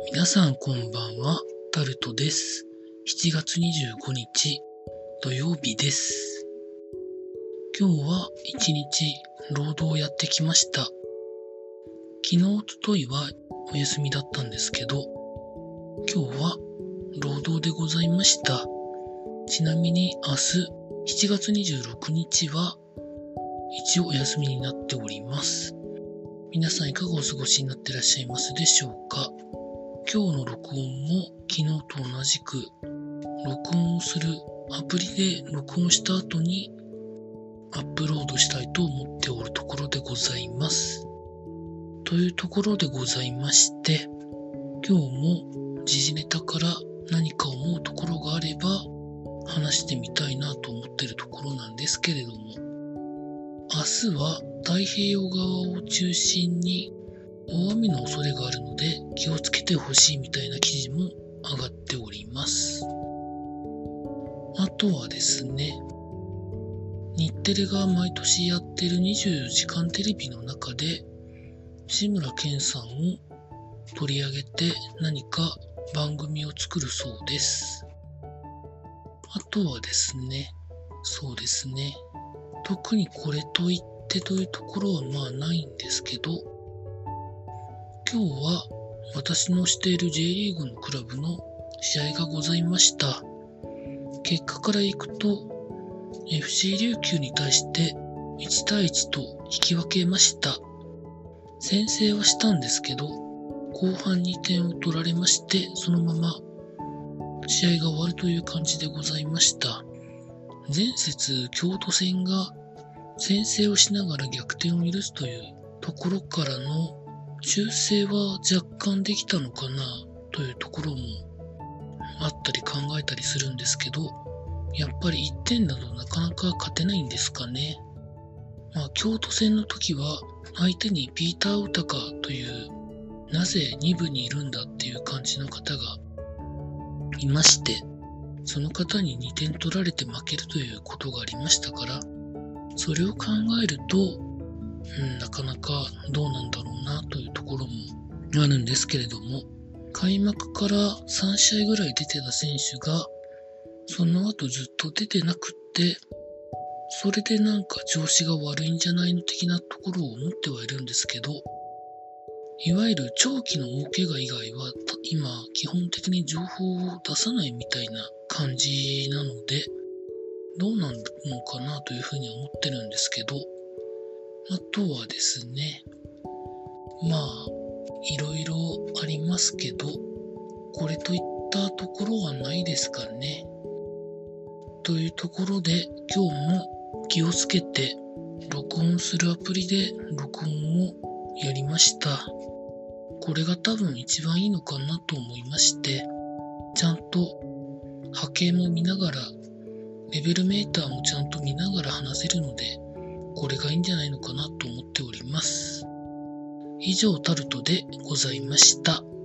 皆さんこんばんは、タルトです。7月25日土曜日です。今日は一日労働をやってきました。昨日、おとといはお休みだったんですけど、今日は労働でございました。ちなみに明日7月26日は一応お休みになっております。皆さんいかがお過ごしになってらっしゃいますでしょうか。今日の録音も昨日と同じく録音をするアプリで録音した後にアップロードしたいと思っておるところでございます。というところでございまして、今日も時事ネタから何か思うところがあれば話してみたいなと思っているところなんですけれども、明日は太平洋側を中心に大雨の恐れがあるので気をつけてほしいみたいな記事も上がっております。あとはですね、日テレが毎年やってる24時間テレビの中で志村けんさんを取り上げて何か番組を作るそうです。あとはですね、そうですね、特にこれといってというところはないんですけど、今日は私のしている J リーグのクラブの試合がございました。結果からいくと FC 琉球に対して1対1と引き分けました。先制はしたんですけど、後半2点を取られまして、そのまま試合が終わるという感じでございました。前節京都戦が先制をしながら逆転を許すというところからの修正は若干できたのかなというところもあったり考えたりするんですけど、やっぱり1点だとなかなか勝てないんですかね。京都戦の時は相手にピーター・ウタカというなぜ2部にいるんだっていう感じの方がいまして、その方に2点取られて負けるということがありましたから、それを考えるとなかなかどうなんだろうなというところもあるんですけれども、開幕から3試合ぐらい出てた選手がその後ずっと出てなくって、それでなんか調子が悪いんじゃないの的なところを思ってはいるんですけど、いわゆる長期の大怪我以外は今基本的に情報を出さないみたいな感じなので、どうなるのかなというふうに思ってるんですけど、あとはですね、いろいろありますけど、これといったところはないですかね。というところで、今日も気をつけて録音するアプリで録音をやりました。これが多分一番いいのかなと思いまして、ちゃんと波形も見ながら、レベルメーターもちゃんと見ながら話せるので、これがいいんじゃないのかなと思っております。以上タルトでございました。